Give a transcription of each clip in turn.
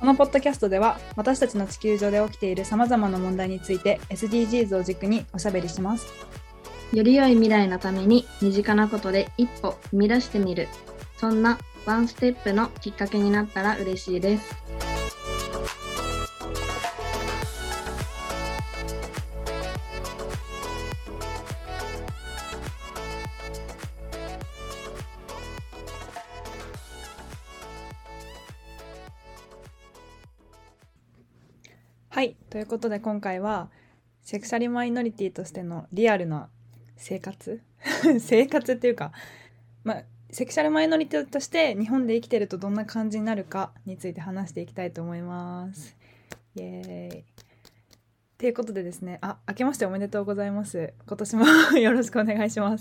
このポッドキャストでは私たちの地球上で起きているさまざまな問題について SDGs を軸におしゃべりします。 より良い未来のために身近なことで一歩踏み出してみる、そんなワンステップのきっかけになったら嬉しいです。 はい、ということで今回はセクシャルマイノリティとしてのリアルな生活生活っていうか、セクシャルマイノリティとして日本で生きてるとどんな感じになるかについて話していきたいと思います。イエーイ。ということでですね、明けましておめでとうございます。今年もよろしくお願いします。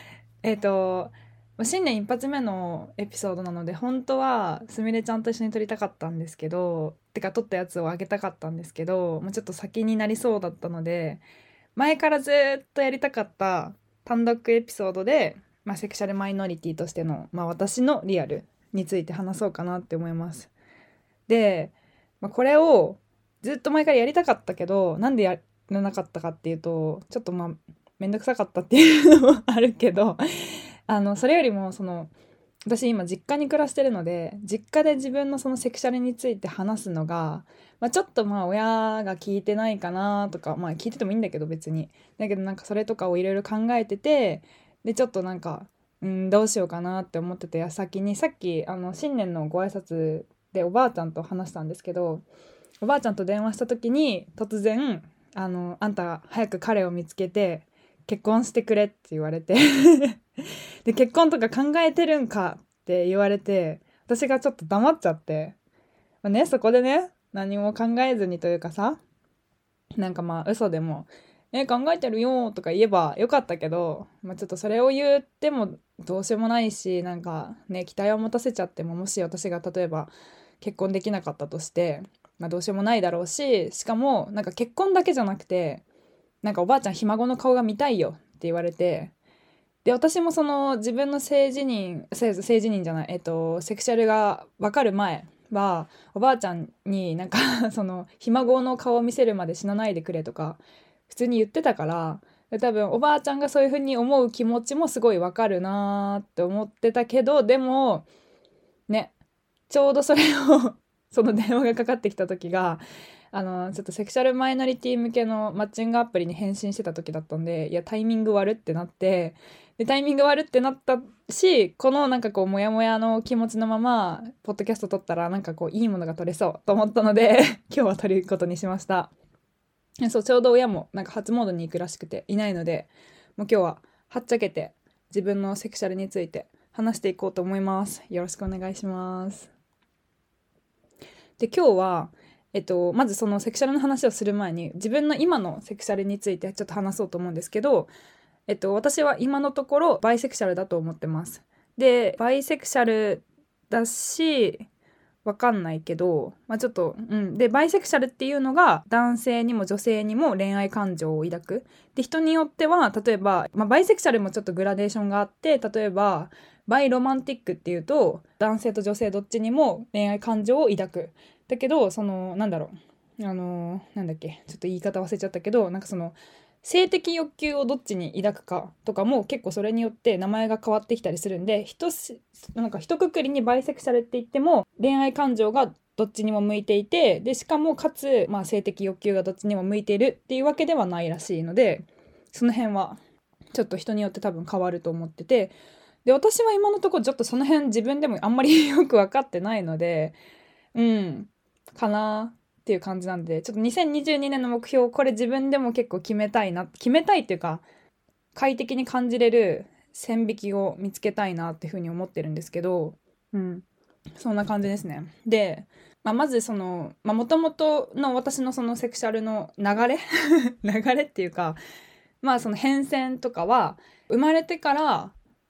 新年一発目のエピソードなので本当はすみれちゃんと一緒に撮りたかったんですけど、撮ったやつをあげたかったんですけど、もうちょっと先になりそうだったので、前からずっとやりたかった単独エピソードで、セクシャルマイノリティとしての、私のリアルについて話そうかなって思います。で、これをずっと前からやりたかったけど、なんでやらなかったかっていうと、ちょっとめんどくさかったっていうのもあるけどそれよりも私今実家に暮らしてるので、実家で自分のそのセクシャルについて話すのが、ちょっと親が聞いてないかなとか、聞いててもいいんだけど別に。だけどそれとかをいろいろ考えてて、でちょっとどうしようかなって思ってた矢先に、さっき新年のご挨拶でおばあちゃんと話したんですけど、おばあちゃんと電話した時に突然あんた早く彼を見つけて結婚してくれって言われてで結婚とか考えてるんかって言われて、私がちょっと黙っちゃって、そこでね何も考えずにというかさ、嘘でも考えてるよとか言えばよかったけど、ちょっとそれを言ってもどうしようもないし、期待を持たせちゃっても、もし私が例えば結婚できなかったとして、どうしようもないだろうし、しかも結婚だけじゃなくておばあちゃんひ孫の顔が見たいよって言われて、で私もその自分の性自認じゃない、セクシャルが分かる前はおばあちゃんにそのひ孫の顔を見せるまで死なないでくれとか普通に言ってたから、多分おばあちゃんがそういう風に思う気持ちもすごい分かるなーって思ってたけど、でもね、ちょうどそれをその電話がかかってきた時がちょっとセクシャルマイノリティ向けのマッチングアプリに返信してた時だったんで、いやタイミング悪ってなって、でタイミング悪ってなったし、このモヤモヤの気持ちのままポッドキャスト撮ったらいいものが撮れそうと思ったので今日は撮ることにしました。そう、ちょうど親も初詣に行くらしくていないので、もう今日ははっちゃけて自分のセクシャルについて話していこうと思います。よろしくお願いします。で今日はまずそのセクシャルの話をする前に自分の今のセクシャルについてちょっと話そうと思うんですけど、私は今のところバイセクシャルだと思ってます。でバイセクシャルだし、わかんないけど、ちょっと、でバイセクシャルっていうのが男性にも女性にも恋愛感情を抱く。で人によっては例えば、バイセクシャルもちょっとグラデーションがあって、例えばバイロマンティックっていうと男性と女性どっちにも恋愛感情を抱く。だけどなんだっけ、ちょっと言い方忘れちゃったけど、性的欲求をどっちに抱くかとかも結構それによって名前が変わってきたりするんで、一括りにバイセクシャルって言っても恋愛感情がどっちにも向いていて、でしかもかつ、性的欲求がどっちにも向いているっていうわけではないらしいので、その辺はちょっと人によって多分変わると思ってて、で私は今のところちょっとその辺自分でもあんまりよく分かってないので、かなっていう感じなんで、ちょっと2022年の目標、これ自分でも結構決めたいっていうか、快適に感じれる線引きを見つけたいなっていうふうに思ってるんですけど、そんな感じですね。で、まずもともとの私のそのセクシャルの流れ流れっていうか、その変遷とかは生まれてから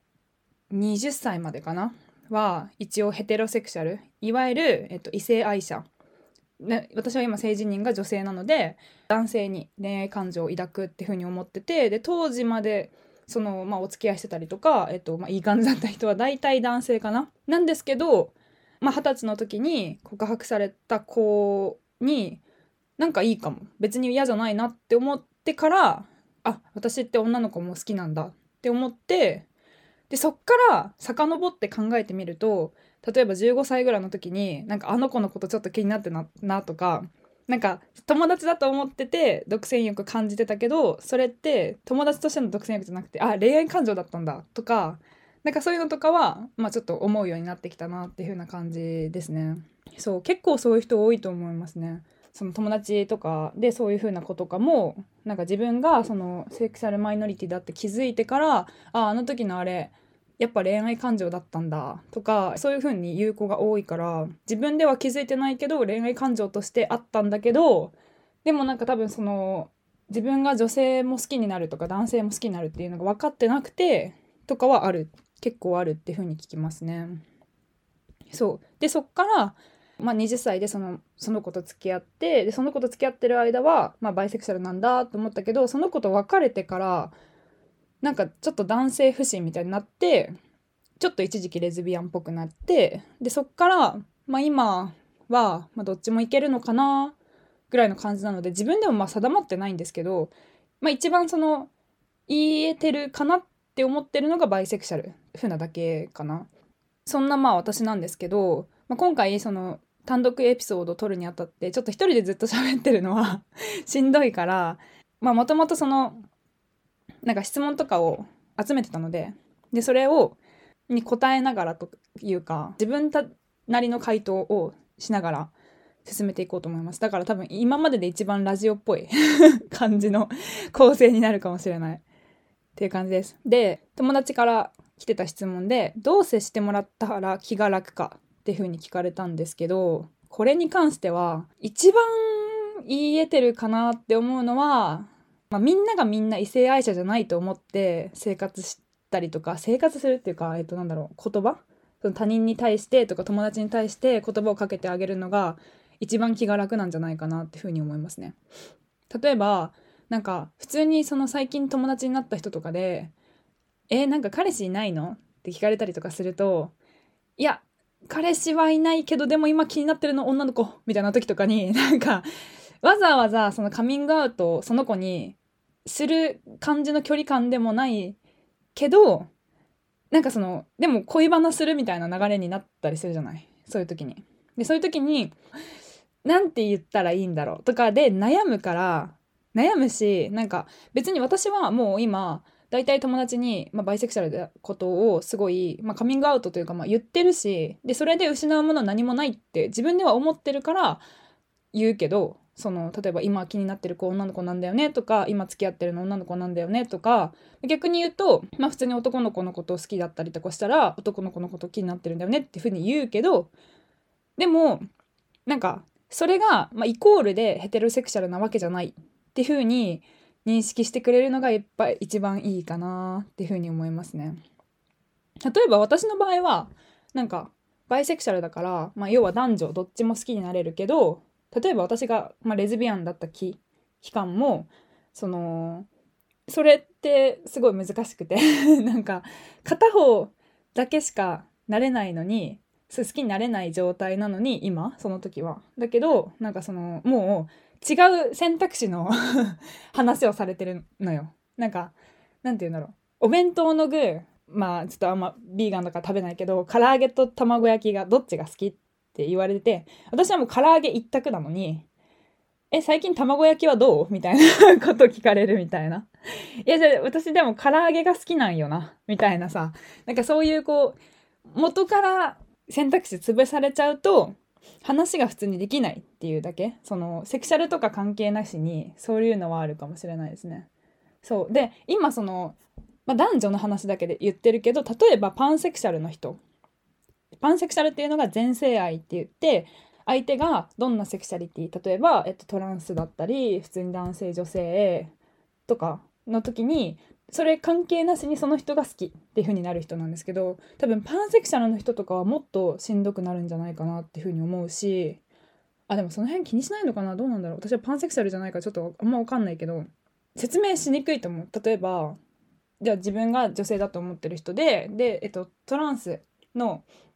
20歳までかなは一応ヘテロセクシャル、いわゆる、異性愛者、私は今性自認が女性なので男性に恋愛感情を抱くっていう風に思ってて、で当時までお付き合いしてたりとか、いい感じだった人は大体男性かななんですけど、 20歳の時に告白された子になんかいいかも、別に嫌じゃないなって思ってから、あ、私って女の子も好きなんだって思って、でそっから遡って考えてみると、例えば15歳ぐらいの時になんかあの子のことちょっと気になってなとか、なんか友達だと思ってて独占欲感じてたけど、それって友達としての独占欲じゃなくて、あ、恋愛感情だったんだとか、なんかそういうのとかは、まあ、ちょっと思うようになってきたなっていう風な感じですね。そう、結構そういう人多いと思いますね。その友達とかでそういう風な子とかも、なんか自分がそのセクシャルマイノリティだって気づいてから、あの時のあれやっぱ恋愛感情だったんだとか、そういう風に言う子が多いから、自分では気づいてないけど恋愛感情としてあったんだけど、でもなんか多分その自分が女性も好きになるとか男性も好きになるっていうのが分かってなくてとかはある、結構あるっていう風に聞きますね。そうで、そっから、まあ、20歳でその子と付き合って、でその子と付き合ってる間は、まあ、バイセクシャルなんだと思ったけど、その子と別れてからなんかちょっと男性不信みたいになって、ちょっと一時期レズビアンっぽくなって、でそっから、まあ、今は、まあ、どっちもいけるのかなぐらいの感じなので、自分でもまあ定まってないんですけど、まあ、一番その言えてるかなって思ってるのがバイセクシャル風なだけかな。そんなまあ私なんですけど、まあ、今回その単独エピソードを撮るにあたってちょっと一人でずっと喋ってるのはしんどいから、まあもともとそのなんか質問とかを集めてたので、でそれをに答えながらというか、自分なりの回答をしながら進めていこうと思います。だから多分今までで一番ラジオっぽい感じの構成になるかもしれないっていう感じです。で、友達から来てた質問で、どう接してもらったら気が楽かっていう風に聞かれたんですけど、これに関しては一番言えてるかなって思うのは、まあ、みんながみんな異性愛者じゃないと思って生活したりとか、生活するっていうか、なんだろう、言葉、その他人に対してとか友達に対して言葉をかけてあげるのが一番気が楽なんじゃないかなっていう風に思いますね。例えばなんか普通にその最近友達になった人とかで、なんか彼氏いないのって聞かれたりとかすると、いや彼氏はいないけどでも今気になってるの女の子みたいな時とかに、なんかわざわざそのカミングアウトをその子にする感じの距離感でもないけど、なんかそのでも恋バナするみたいな流れになったりするじゃない、そういう時に。でそういう時になんて言ったらいいんだろうとかで悩むから、悩むし、なんか別に私はもう今大体友達に、まあ、バイセクシャルでことをすごい、まあ、カミングアウトというか、まあ、言ってるし、でそれで失うものは何もないって自分では思ってるから言うけど、その例えば今気になってる子女の子なんだよねとか、今付き合ってるの女の子なんだよねとか、逆に言うと、まあ、普通に男の子のことを好きだったりとかしたら男の子のこと気になってるんだよねっていうふうに言うけど、でもなんかそれが、まあ、イコールでヘテロセクシャルなわけじゃないっていう風に認識してくれるのがやっぱり一番いいかなっていう風に思いますね。例えば私の場合はなんかバイセクシャルだから、まあ、要は男女どっちも好きになれるけど、例えば私が、まあ、レズビアンだった期間もそれってすごい難しくてなんか片方だけしかなれないのに、好きになれない状態なのに今その時はだけど、なんかそのもう違う選択肢の話をされてるのよ。なんかなんて言うんだろう、お弁当の具、まあちょっとあんまビーガンだから食べないけど、唐揚げと卵焼きがどっちが好きって言われて、私はもう唐揚げ一択なのに、最近卵焼きはどうみたいなこと聞かれるみたいな。いや、じゃあ私でも唐揚げが好きなんよなみたいなさ、なんかそういうこう元から選択肢潰されちゃうと話が普通にできないっていうだけ、そのセクシャルとか関係なしにそういうのはあるかもしれないですね。そうで今その、まあ、男女の話だけで言ってるけど、例えばパンセクシャルの人、パンセクシャルっていうのが全性愛って言って、相手がどんなセクシャリティ、例えば、トランスだったり普通に男性女性とかの時にそれ関係なしにその人が好きっていう風になる人なんですけど、多分パンセクシャルの人とかはもっとしんどくなるんじゃないかなっていう風に思うし、でもその辺気にしないのかな、どうなんだろう、私はパンセクシャルじゃないからちょっとあんま分かんないけど、説明しにくいと思う。例えばじゃあ自分が女性だと思ってる人で、トランスの、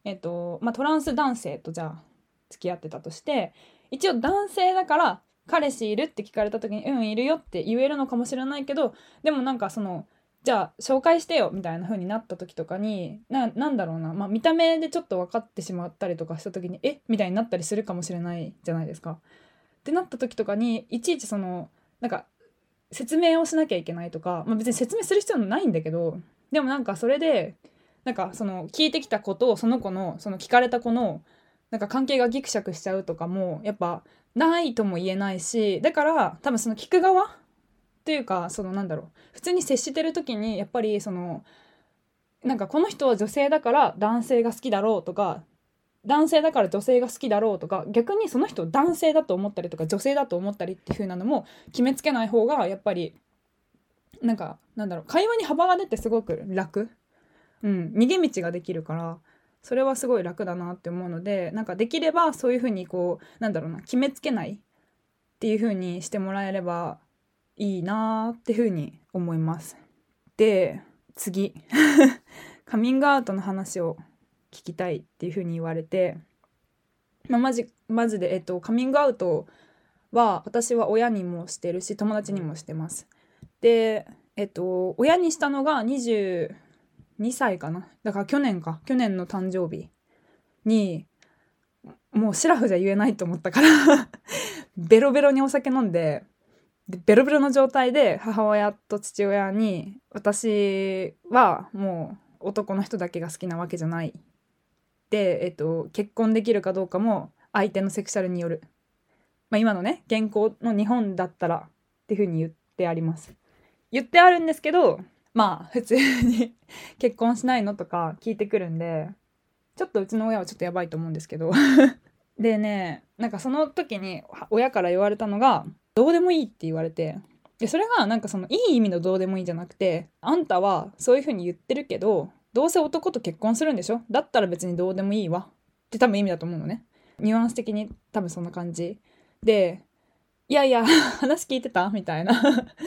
トランス男性とじゃあ付き合ってたとして、一応男性だから彼氏いるって聞かれた時にいるよって言えるのかもしれないけど、でもなんかじゃあ紹介してよみたいな風になった時とかになんだろうな、見た目でちょっと分かってしまったりとかした時にみたいになったりするかもしれないじゃないですか。ってなった時とかにいちいちなんか説明をしなきゃいけないとか、別に説明する必要もないんだけど、でもなんかそれでなんか聞いてきたことをその子の聞かれた子のなんか関係がギクシャクしちゃうとかもやっぱないとも言えないし、だから多分聞く側っていうかなんだろう、普通に接してる時にやっぱりなんかこの人は女性だから男性が好きだろうとか、男性だから女性が好きだろうとか、逆にその人を男性だと思ったりとか女性だと思ったりっていう風なのも決めつけない方がやっぱりなんかなんだろう、会話に幅が出てすごく楽、逃げ道ができるから、それはすごい楽だなって思うので、なんかできればそういう風になんだろうな、決めつけないっていう風にしてもらえればいいなっていう風に思います。で次カミングアウトの話を聞きたいっていう風に言われて、マジで、カミングアウトは私は親にもしてるし友達にもしてます。で親にしたのが22歳かな、だから去年の誕生日に、もうシラフじゃ言えないと思ったからベロベロにお酒飲んでベロベロの状態で母親と父親に、私はもう男の人だけが好きなわけじゃないで、結婚できるかどうかも相手のセクシャルによる、今のね現行の日本だったらっていう風に言ってあるんですけど、普通に結婚しないのとか聞いてくるんで、ちょっとうちの親はちょっとやばいと思うんですけどでね、なんかその時に親から言われたのがどうでもいいって言われて、でそれがなんかいい意味のどうでもいいじゃなくて、あんたはそういう風に言ってるけどどうせ男と結婚するんでしょ、だったら別にどうでもいいわって多分意味だと思うのね。ニュアンス的に多分そんな感じで、いやいや話聞いてたみたいな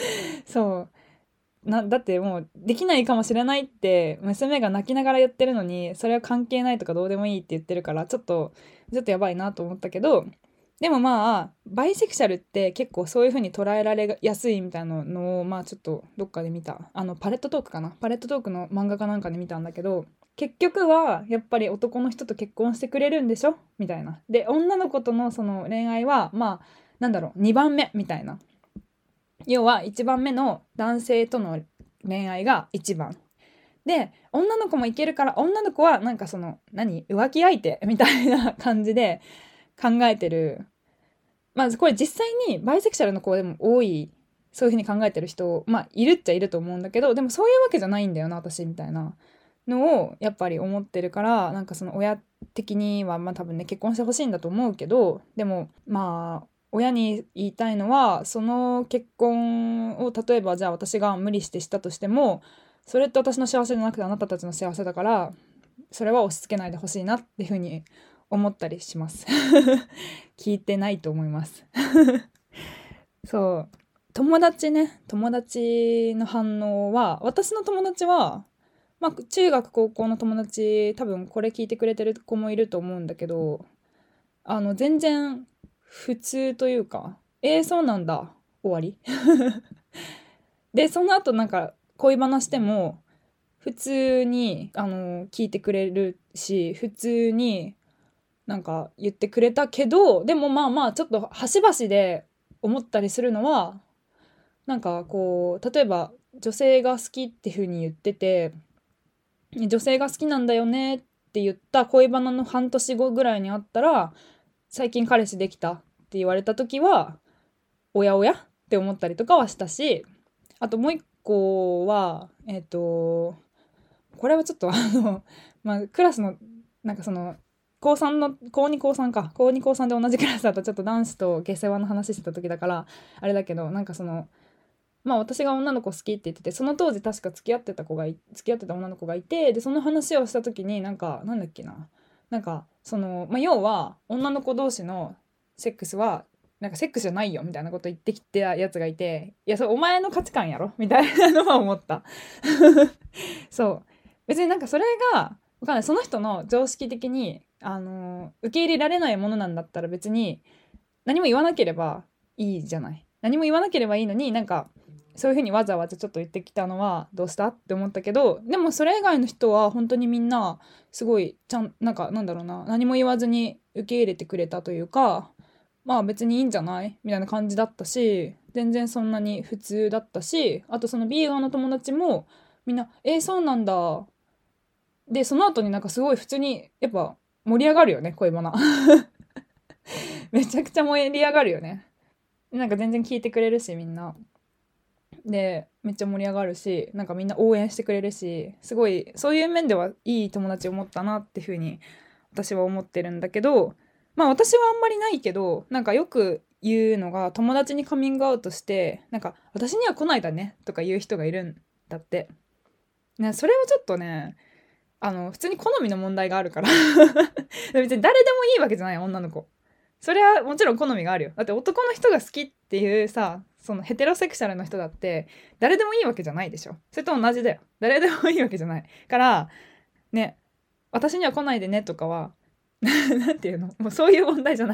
そうだってもうできないかもしれないって娘が泣きながら言ってるのに、それは関係ないとかどうでもいいって言ってるから、ちょっとやばいなと思ったけど、でもバイセクシャルって結構そういう風に捉えられやすいみたいなのをちょっとどっかで見た、パレットトークの漫画かなんかで見たんだけど、結局はやっぱり男の人と結婚してくれるんでしょみたいな。で女の子とのその恋愛はなんだろう、2番目みたいな。要は1番目の男性との恋愛が1番で、女の子もいけるから、女の子はなんか浮気相手みたいな感じで考えてる。これ実際にバイセクシャルの子でも多い、そういう風に考えてる人いるっちゃいると思うんだけど、でもそういうわけじゃないんだよな私みたいなのをやっぱり思ってるから、なんか親的には多分ね結婚してほしいんだと思うけど、でも親に言いたいのは、その結婚を例えばじゃあ私が無理してしたとしても、それって私の幸せじゃなくてあなたたちの幸せだから、それは押し付けないでほしいなっていうふうに思ったりします聞いてないと思いますそう、友達の反応は、私の友達は中学高校の友達、多分これ聞いてくれてる子もいると思うんだけど、全然普通というか、そうなんだ終わりでその後なんか恋話しても普通に聞いてくれるし、普通になんか言ってくれたけど、でもちょっと端々で思ったりするのは、なんか例えば女性が好きっていう風に言ってて、女性が好きなんだよねって言った恋バナの半年後ぐらいにあったら、最近彼氏できたって言われた時はおやおやって思ったりとかはしたし、あともう一個はこれはちょっとクラスのなんか高2高3で同じクラスだと、ちょっと男子と下世話の話してた時だからあれだけど、なんか私が女の子好きって言ってて、その当時確か付き合ってた女の子がいて、でその話をした時になんかなんだっけな、なんか要は女の子同士のセックスはなんかセックスじゃないよみたいなこと言ってきたやつがいて、いやそれお前の価値観やろみたいなのは思ったそう、別になんかそれがわかんない、その人の常識的に受け入れられないものなんだったら別に何も言わなければいいじゃない。何も言わなければいいのに、なんかそういうふうにわざわざちょっと言ってきたのはどうしたって思ったけど、でもそれ以外の人は本当にみんなすごいなんかなんだろうな、何も言わずに受け入れてくれたというか、まあ別にいいんじゃないみたいな感じだったし、全然そんなに普通だったし、あとそのビーガンの友達もみんなそうなんだ、でその後になんかすごい普通にやっぱ盛り上がるよね、恋バナ。めちゃくちゃ盛り上がるよね。なんか全然聞いてくれるし、みんなでめっちゃ盛り上がるし、なんかみんな応援してくれるし、すごいそういう面ではいい友達を持ったなっていうふうに私は思ってるんだけど、まあ私はあんまりないけど、なんかよく言うのが、友達にカミングアウトしてなんか私には来ないだねとか言う人がいるんだって。ね、それはちょっとね、普通に好みの問題があるから。別に誰でもいいわけじゃない、女の子。それはもちろん好みがあるよ。だって男の人が好きっていうさ、そのヘテロセクシャルの人だって誰でもいいわけじゃないでしょ。それと同じだよ。誰でもいいわけじゃないからね。私には来ないでねとかはなんていうの、もうそういう問題じゃない。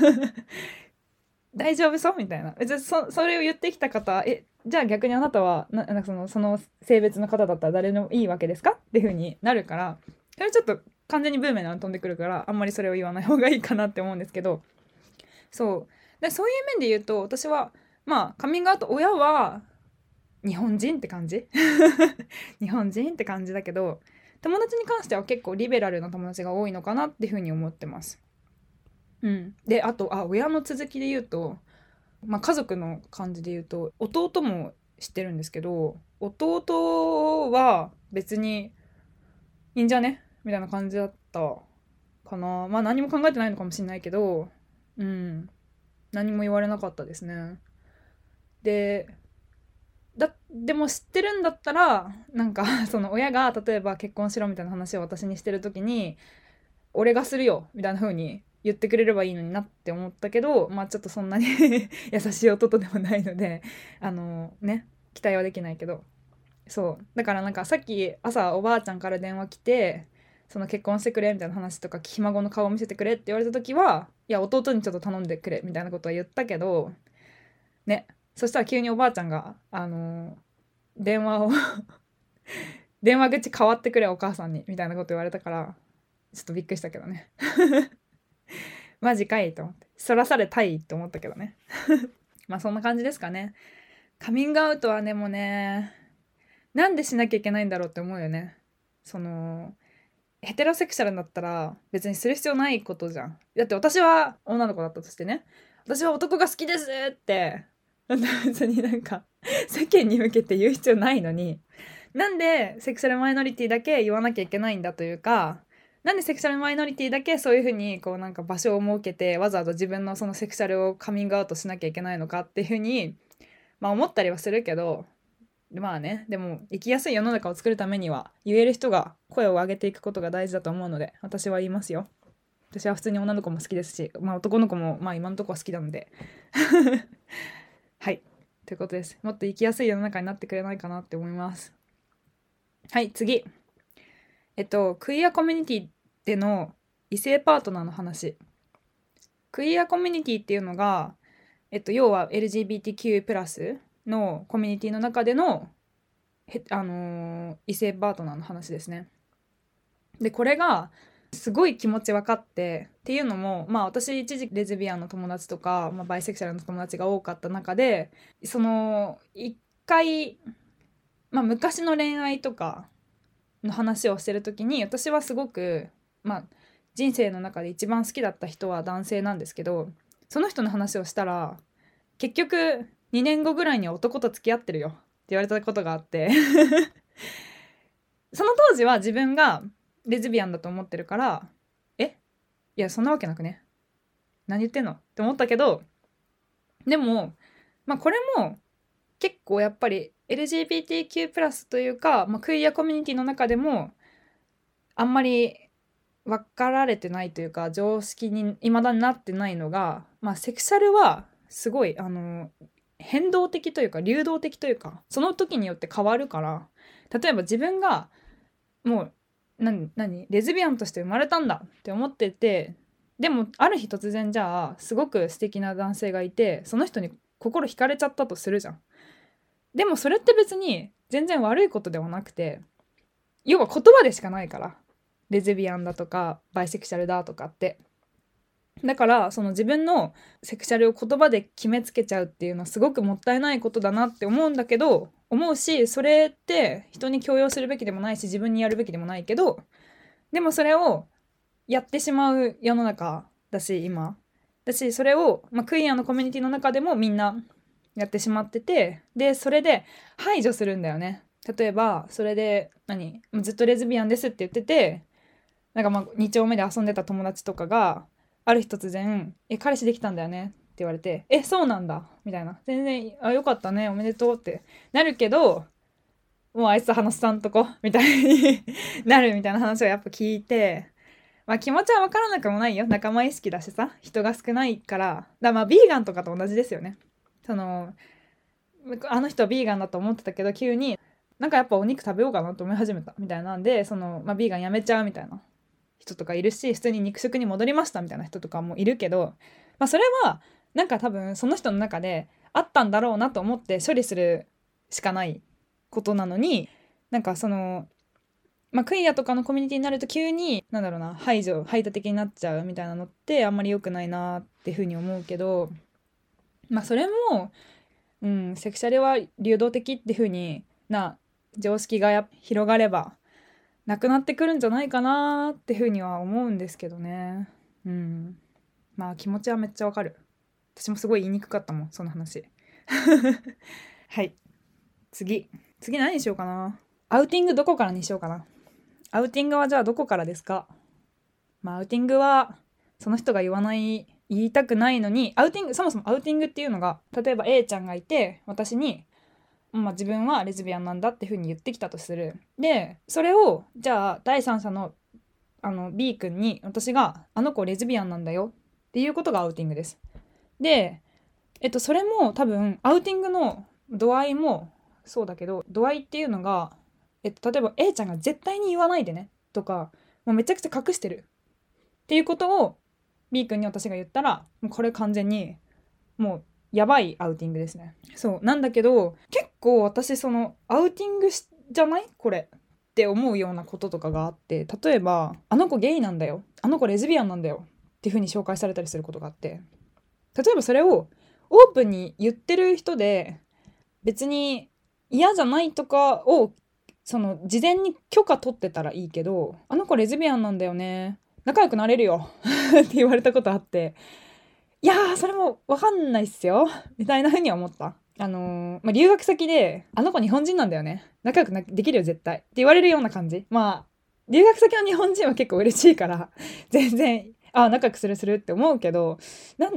大丈夫そうみたいな。別にそれを言ってきた方、じゃあ逆にあなたはなんかその性別の方だったら誰でもいいわけですかっていう風になるから、それちょっと完全にブーメラン飛んでくるから、あんまりそれを言わない方がいいかなって思うんですけど、そうで、そういう面で言うと私はまあカミングアウト、親は日本人って感じ。日本人って感じだけど、友達に関しては結構リベラルな友達が多いのかなっていう風に思ってます。うん、であと親の続きで言うと、まあ、家族の感じで言うと弟も知ってるんですけど、弟は別にいいんじゃねみたいな感じだったかな。まあ何も考えてないのかもしれないけど、うん、何も言われなかったですね。ででも知ってるんだったらなんかその親が例えば結婚しろみたいな話を私にしてる時に、俺がするよみたいな風に言ってくれればいいのになって思ったけど、まあちょっとそんなに優しい弟でもないので、ね、期待はできないけど。そうだからなんかさっき朝おばあちゃんから電話来て、その結婚してくれみたいな話とか、ひ孫の顔を見せてくれって言われた時は、いや弟にちょっと頼んでくれみたいなことは言ったけどね。そしたら急におばあちゃんが電話を電話口変わってくれお母さんにみたいなこと言われたから、ちょっとびっくりしたけどね。マジかいと思って、そらされたいと思ったけどね。まあそんな感じですかね。カミングアウトはでもね、なんでしなきゃいけないんだろうって思うよね。そのヘテロセクシャルだったら別にする必要ないことじゃん。だって私は女の子だったとしてね、私は男が好きですって別になんか世間に向けて言う必要ないのに、なんでセクシャルマイノリティだけ言わなきゃいけないんだというか、なんでセクシャルマイノリティだけそういうふうにこうなんか場所を設けてわざわざ自分のそのセクシャルをカミングアウトしなきゃいけないのかっていうふうに、まあ思ったりはするけど、まあね、でも生きやすい世の中を作るためには言える人が声を上げていくことが大事だと思うので、私は言いますよ。私は普通に女の子も好きですし、まあ男の子もまあ今のところは好きなので。はい、ということです。もっと生きやすい世の中になってくれないかなって思います。はい、次。クイアコミュニティでの異性パートナーの話。クイアコミュニティっていうのが、要は LGBTQ+ のコミュニティの中での異性パートナーの話ですね。でこれがすごい気持ち分かって、っていうのもまあ私一時レズビアンの友達とか、まあ、バイセクシャルの友達が多かった中で、その一回、まあ、昔の恋愛とかの話をしてる時に、私はすごくまあ人生の中で一番好きだった人は男性なんですけど、その人の話をしたら結局2年後ぐらいには男と付き合ってるよって言われたことがあってその当時は自分がレズビアンだと思ってるから、いやそんなわけなくね、何言ってんのって思ったけど、でもまあこれも結構やっぱり LGBTQ+ というか、まあ、クイアコミュニティの中でもあんまり分かられてないというか、常識に未だになってないのが、まあセクシャルはすごい変動的というか流動的というか、その時によって変わるから、例えば自分がもうレズビアンとして生まれたんだって思ってて、でもある日突然じゃあすごく素敵な男性がいて、その人に心惹かれちゃったとするじゃん。でもそれって別に全然悪いことではなくて、要は言葉でしかないから、レズビアンだとかバイセクシャルだとかって。だからその自分のセクシャルを言葉で決めつけちゃうっていうのはすごくもったいないことだなって思うし、それって人に強要するべきでもないし、自分にやるべきでもないけど、でもそれをやってしまう世の中だし、今だし、それを、クイアのコミュニティの中でもみんなやってしまってて、でそれで排除するんだよね。例えばそれでずっとレズビアンですって言ってて、2丁目で遊んでた友達とかがある日突然彼氏できたんだよねって言われて、そうなんだみたいな、全然よかったねおめでとうってなるけど、もうあいつ話さんとこみたいになるみたいな話をやっぱ聞いて、気持ちは分からなくもないよ。仲間意識だしさ、人が少ないから。ビーガンとかと同じですよね。あの人はビーガンだと思ってたけど、急にやっぱお肉食べようかなと思い始めたみたいなんで、ビーガンやめちゃうみたいな人とかいるし、普通に肉食に戻りましたみたいな人とかもいるけど、それは多分その人の中であったんだろうなと思って処理するしかないことなのに、クイアとかのコミュニティになると急に排他的になっちゃうみたいなのってあんまり良くないなっていうふうに思うけど、それも、セクシャルは流動的っていうふうに常識が広がればなくなってくるんじゃないかなっていうふうには思うんですけどね。気持ちはめっちゃわかる。私もすごい言いにくかったもん、その話。はい、次何にしようかな。アウティングどこからにしようかな。アウティングはじゃあどこからですか。アウティングはその人が言いたくないのに、そもそもアウティングっていうのが、例えば A ちゃんがいて私に、自分はレズビアンなんだっていう風に言ってきたとする。でそれをじゃあ第三者のB 君に私があの子レズビアンなんだよっていうことがアウティングです。でそれも多分アウティングの度合いもそうだけど、度合いっていうのが例えば A ちゃんが絶対に言わないでねとか、もうめちゃくちゃ隠してるっていうことを B 君に私が言ったら、もうこれ完全にもうやばいアウティングですね。そうなんだけど、結構私アウティングじゃないこれって思うようなこととかがあって、例えばあの子ゲイなんだよ、あの子レズビアンなんだよっていう風に紹介されたりすることがあって、例えばそれをオープンに言ってる人で別に嫌じゃないとかを事前に許可取ってたらいいけど、あの子レズビアンなんだよね、仲良くなれるよって言われたことあって、いやーそれも分かんないっすよみたいな風には思った。留学先であの子日本人なんだよね、仲良くできるよ絶対って言われるような感じ。留学先の日本人は結構嬉しいから全然仲良くするって思うけど、あ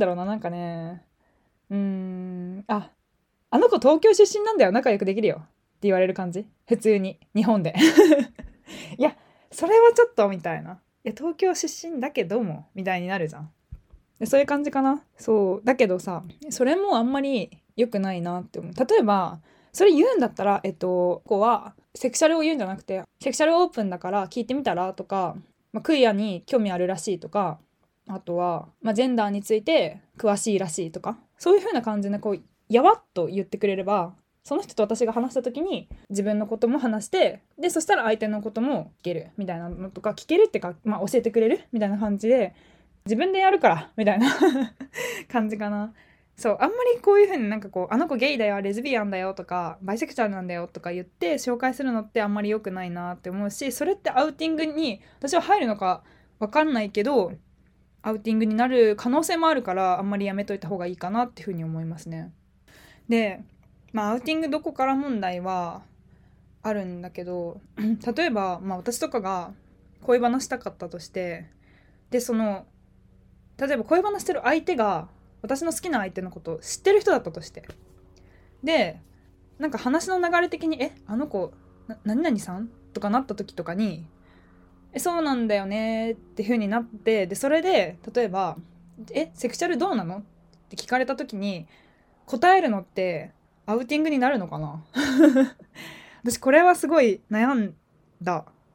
の子東京出身なんだよ、仲良くできるよって言われる感じ、普通に日本でいやそれはちょっとみたいな、東京出身だけどもみたいになるじゃん。でそういう感じかな。そうだけどさ、それもあんまり良くないなって思う。例えばそれ言うんだったらここはセクシャルを言うんじゃなくて、セクシャルオープンだから聞いてみたらとか、クイアに興味あるらしいとか、あとは、ジェンダーについて詳しいらしいとか、そういう風な感じでやわっと言ってくれれば、その人と私が話した時に自分のことも話して、でそしたら相手のことも聞けるみたいなのとか、聞けるってか、教えてくれるみたいな感じで、自分でやるからみたいな感じかな。そうあんまりこういう風にあの子ゲイだよ、レズビアンだよとかバイセクシャルなんだよとか言って紹介するのってあんまり良くないなって思うし、それってアウティングに私は入るのか分かんないけど、アウティングになる可能性もあるから、あんまりやめといた方がいいかなっていうふうに思いますね。でアウティングどこから問題はあるんだけど例えば、私とかが恋バナしたかったとして、で例えば恋バナしてる相手が私の好きな相手のことを知ってる人だったとして、で話の流れ的にあの子何々さんとかなった時とかにそうなんだよねっていう風になって、でそれで例えばセクシャルどうなのって聞かれた時に答えるのってアウティングになるのかな私これはすごい悩んだ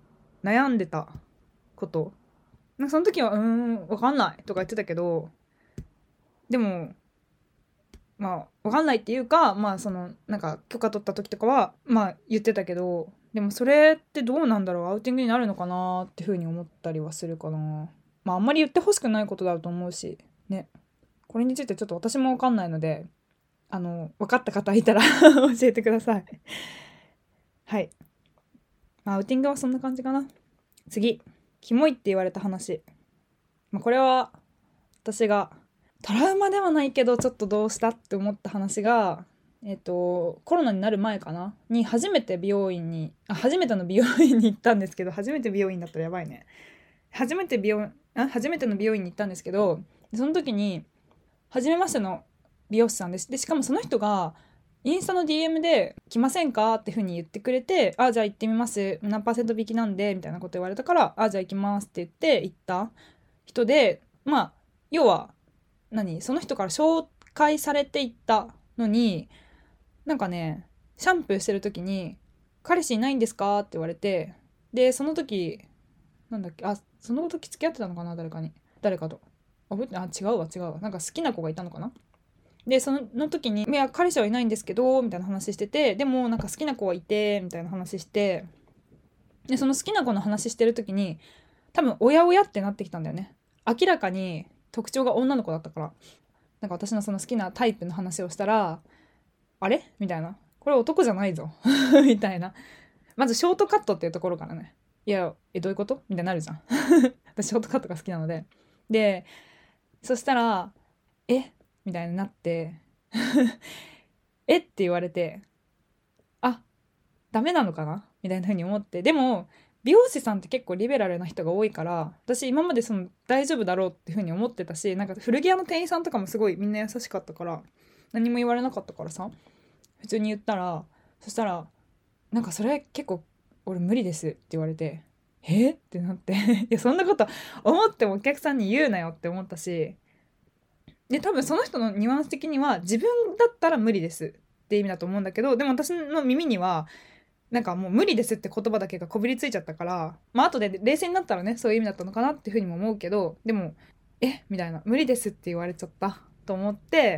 悩んでたこと、なんかその時はわかんないとか言ってたけど、でもまあわかんないっていうか、まあそのなんか許可取った時とかはまあ言ってたけど、でもそれってどうなんだろう、アウティングになるのかなっていうふうに思ったりはするかな。まああんまり言ってほしくないことだと思うしね。これについてちょっと私もわかんないので、分かった方いたら教えてください。はい、まあ、アウティングはそんな感じかな。次、キモいって言われた話、まあ、これは私がトラウマではないけどちょっとどうしたって思った話が、コロナになる前かなに初めて初めての美容院に行ったんですけど、初めて美容院だったらやばいね。初めての美容院に行ったんですけど、その時に初めましての美容師さんです。でしかもその人がインスタの DM で来ませんかっていう風に言ってくれて、じゃあ行ってみます、何%引きなんでみたいなこと言われたから、じゃあ行きますって言って行った人で、まあ要はその人から紹介されていったのに、なんかね、シャンプーしてる時に彼氏いないんですかって言われて、でその時その時付き合ってたのかな、誰かと。違うわ、なんか好きな子がいたのかな。でその時に「いや彼氏はいないんですけど」みたいな話してて、でもなんか好きな子はいてみたいな話して、でその好きな子の話してる時に多分おやおやってなってきたんだよね。明らかに特徴が女の子だったから、なんか私のその好きなタイプの話をしたら「あれ?」みたいな、「これ男じゃないぞ」みたいな。まずショートカットっていうところからね、いやどういうことみたいになるじゃん私ショートカットが好きなので。でそしたらみたいになってえって言われて、ダメなのかなみたいな風に思って、でも美容師さんって結構リベラルな人が多いから、私今までその大丈夫だろうっていう風に思ってたし、なんか古着屋の店員さんとかもすごいみんな優しかったから何も言われなかったからさ、普通に言ったら、そしたらなんかそれ結構俺無理ですって言われて、ってなっていやそんなこと思ってもお客さんに言うなよって思ったし、で多分その人のニュアンス的には自分だったら無理ですって意味だと思うんだけど、でも私の耳にはなんかもう無理ですって言葉だけがこびりついちゃったから、まあ後で冷静になったらね、そういう意味だったのかなっていうふうにも思うけど、でもみたいな、無理ですって言われちゃったと思って、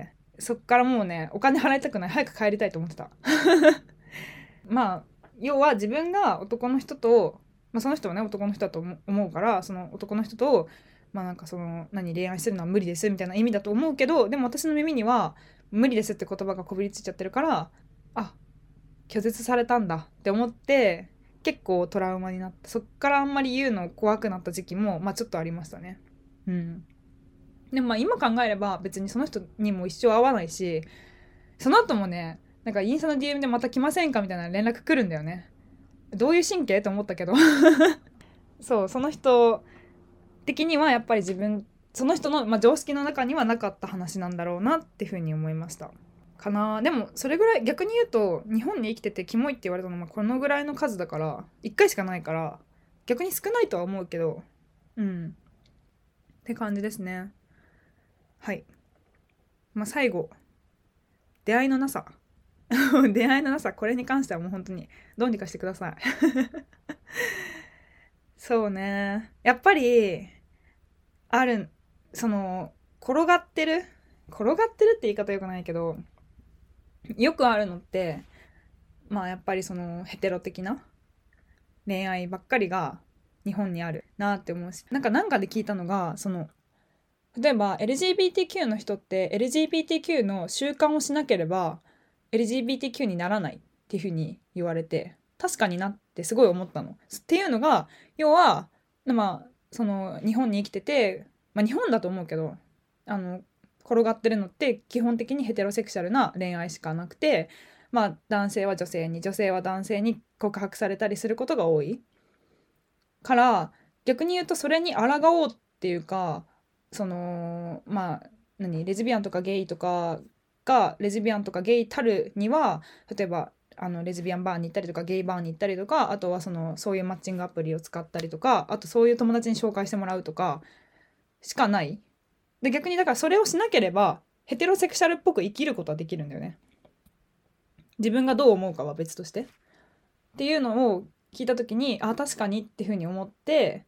そっからもうね、お金払いたくない、早く帰りたいと思ってたまあ要は自分が男の人と、その人はね男の人だと思うから、その男の人となんかその恋愛するのは無理ですみたいな意味だと思うけど、でも私の耳には無理ですって言葉がこびりついちゃってるから、拒絶されたんだって思って結構トラウマになった。そっからあんまり言うの怖くなった時期もちょっとありましたね。でも今考えれば別にその人にも一生会わないし、その後もね、なんかインスタの DM でまた来ませんかみたいな連絡来るんだよね。どういう神経と思ったけどそう、その人的にはやっぱりその人の、常識の中にはなかった話なんだろうなっていうふうに思いましたかな。でもそれぐらい、逆に言うと日本に生きててキモいって言われたのもこのぐらいの数だから、1回しかないから逆に少ないとは思うけど、って感じですね。はい。最後、出会いのなさ出会いのなさ、これに関してはもう本当にどうにかしてくださいそうね、やっぱりある、その転がってるって言い方よくないけど、よくあるのってやっぱりそのヘテロ的な恋愛ばっかりが日本にあるなって思うし、なんかで聞いたのが、例えば LGBTQ の人って LGBTQ の習慣をしなければ LGBTQ にならないっていう風に言われて、確かになってすごい思ったの。っていうのが、要はその日本に生きてて、日本だと思うけど転がってるのって基本的にヘテロセクシャルな恋愛しかなくて、男性は女性に、女性は男性に告白されたりすることが多いから、逆に言うとそれに抗おうっていうか、そのレズビアンとかゲイとかレズビアンとかゲイたるには、例えばレズビアンバーに行ったりとかゲイバーに行ったりとか、あとはそういうマッチングアプリを使ったりとか、あとそういう友達に紹介してもらうとかしかない。で逆にだからそれをしなければヘテロセクシャルっぽく生きることはできるんだよね。自分がどう思うかは別としてっていうのを聞いた時に確かにっていう風に思って、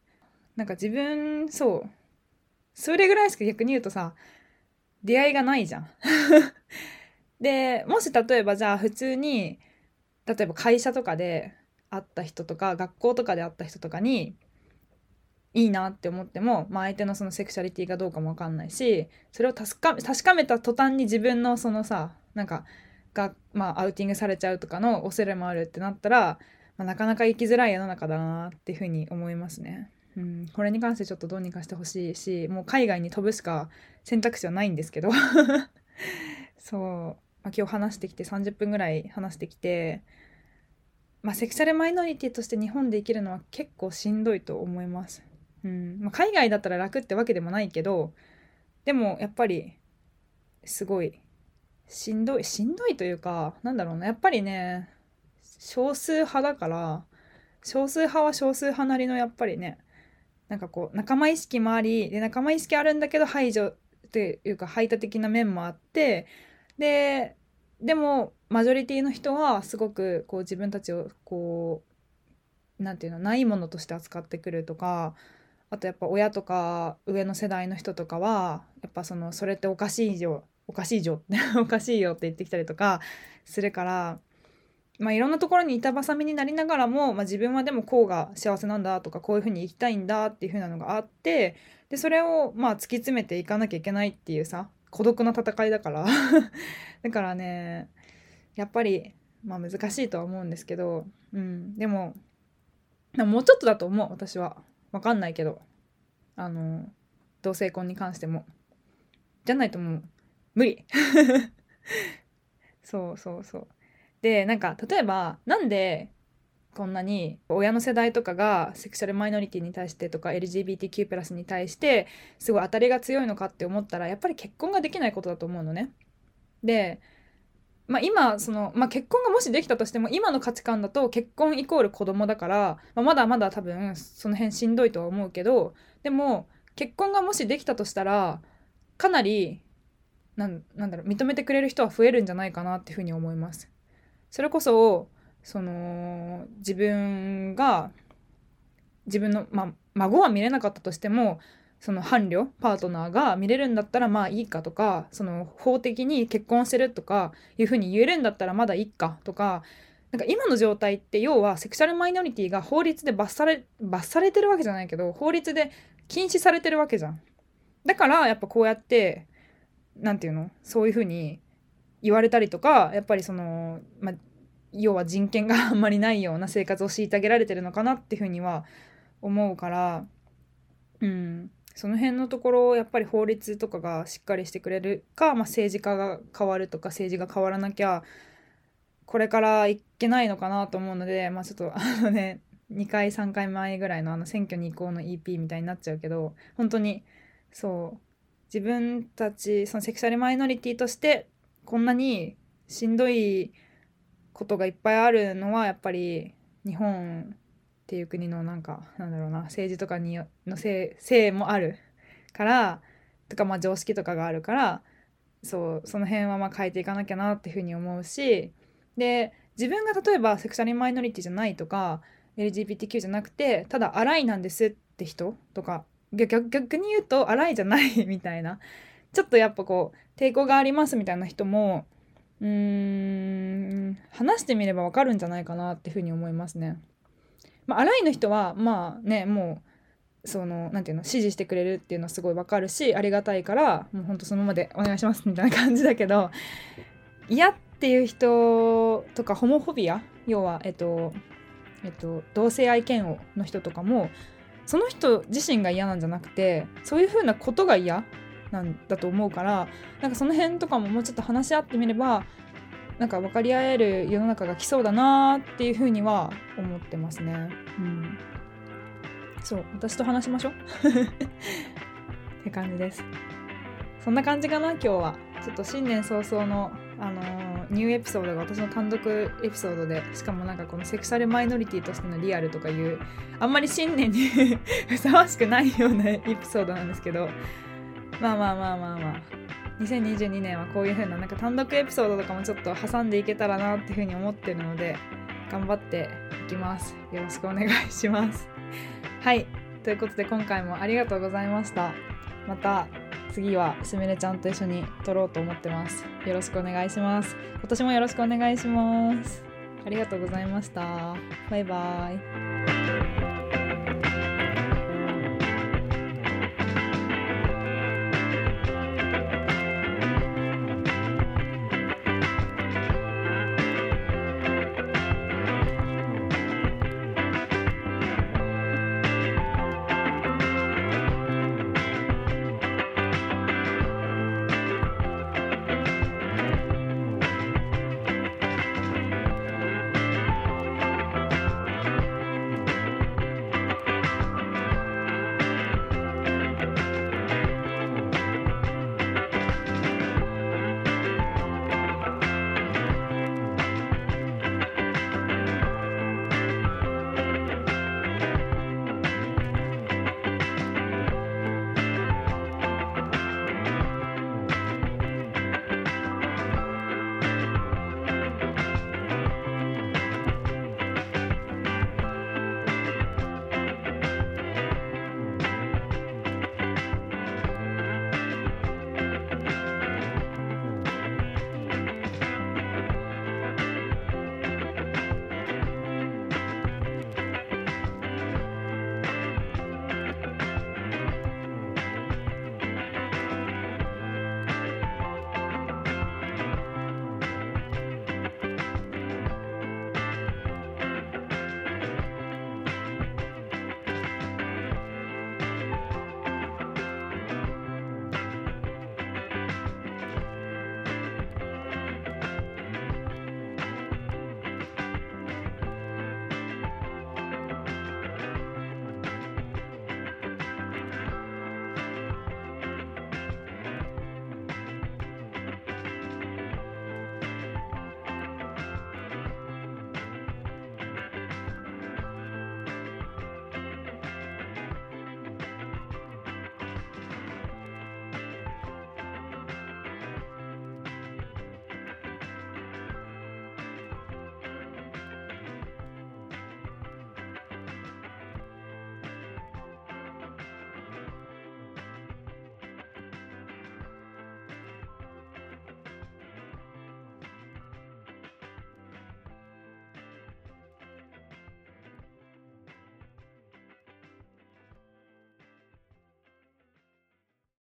なんか自分それぐらいしか逆に言うとさ出会いがないじゃんでもし例えばじゃあ普通に例えば会社とかで会った人とか学校とかで会った人とかにいいなって思っても、相手のそのセクシャリティがどうかも分かんないし、それを確かめた途端に自分のそのさなんかが、アウティングされちゃうとかの恐れもあるってなったら、なかなか生きづらい世の中だなっていうふうに思いますね。これに関してちょっとどうにかしてほしいし、もう海外に飛ぶしか選択肢はないんですけどそう、今日話してきて30分ぐらい話してきて、セクシャルマイノリティとして日本で生きるのは結構しんどいと思います。海外だったら楽ってわけでもないけど、でもやっぱりすごいしんどいというか、なんだろうな、やっぱりね少数派だから、少数派は少数派なりのやっぱりね、なんかこう仲間意識もありで、仲間意識あるんだけど排除っていうか排他的な面もあって、でもマジョリティの人はすごくこう自分たちをこうなんていうの、ないものとして扱ってくるとか、あとやっぱ親とか上の世代の人とかはやっぱそれっておかしいよおかしいよって言ってきたりとかするから、いろんなところに板挟みになりながらも、自分はでもこうが幸せなんだとか、こういうふうに生きたいんだっていう風なのがあって、でそれを突き詰めていかなきゃいけないっていうさ孤独な戦いだからだからねやっぱり難しいとは思うんですけど、でももうちょっとだと思う、私は。分かんないけど、同性婚に関してもじゃないともう無理そうで、なんか例えばなんでこんなに親の世代とかがセクシャルマイノリティに対してとか LGBTQ+ に対してすごい当たりが強いのかって思ったら、やっぱり結婚ができないことだと思うのね。で今結婚がもしできたとしても今の価値観だと結婚イコール子供だから、まだまだ多分その辺しんどいとは思うけど、でも結婚がもしできたとしたらかなりなんだろう、認めてくれる人は増えるんじゃないかなっていうふうに思います。それこそ自分の、孫は見れなかったとしても、その伴侶パートナーが見れるんだったらいいかとか、法的に結婚してるとかいうふうに言えるんだったらまだいいかとか、なんか今の状態って要はセクシャルマイノリティが法律で罰されてるわけじゃないけど、法律で禁止されてるわけじゃん。だからやっぱこうやってなんていうの、そういうふうに言われたりとか、やっぱり要は人権があんまりないような生活を虐げられてるのかなっていうふうには思うから、その辺のところをやっぱり法律とかがしっかりしてくれるか、政治家が変わるとか政治が変わらなきゃこれからいけないのかなと思うので、ちょっと2回3回前ぐらいの選挙に行こうの EP みたいになっちゃうけど、本当に自分たちそのセクシャルマイノリティとしてこんなにしんどいことがいっぱいあるのはやっぱり日本っていう国のなんだろうな、政治とかのせいもあるからとか、常識とかがあるから、その辺は変えていかなきゃなっていうふうに思うし、で自分が例えばセクシャルマイノリティじゃないとか LGBTQ じゃなくてただアライなんですって人とか、逆に言うとアライじゃないみたいな、ちょっとやっぱこう抵抗がありますみたいな人も話してみればわかるんじゃないかなっていうふうに思いますね。アライの人はもうなんていうの、支持してくれるっていうのはすごいわかるしありがたいから、もうほんとそのままでお願いしますみたいな感じだけど、嫌っていう人とかホモフォビア、要は同性愛嫌悪の人とかもその人自身が嫌なんじゃなくて、そういう風なことが嫌なんだと思うから、なんかその辺とかももうちょっと話し合ってみればなんか分かり合える世の中が来そうだなっていう風には思ってますね。そう、私と話しましょうって感じです。そんな感じかな今日は。ちょっと新年早々のニューエピソードが私の単独エピソードで、しかもなんかこのセクシャルマイノリティとしてのリアルとかいうあんまり新年にふさわしくないようなエピソードなんですけど、2022年はこういう風ななんか単独エピソードとかもちょっと挟んでいけたらなっていう風に思ってるので、 頑張っていきます。よろしくお願いします。はい、ということで今回もありがとうございました。また次はすみれちゃんと一緒に撮ろうと思ってます。よろしくお願いします。今年もよろしくお願いします。ありがとうございました。バイバイ。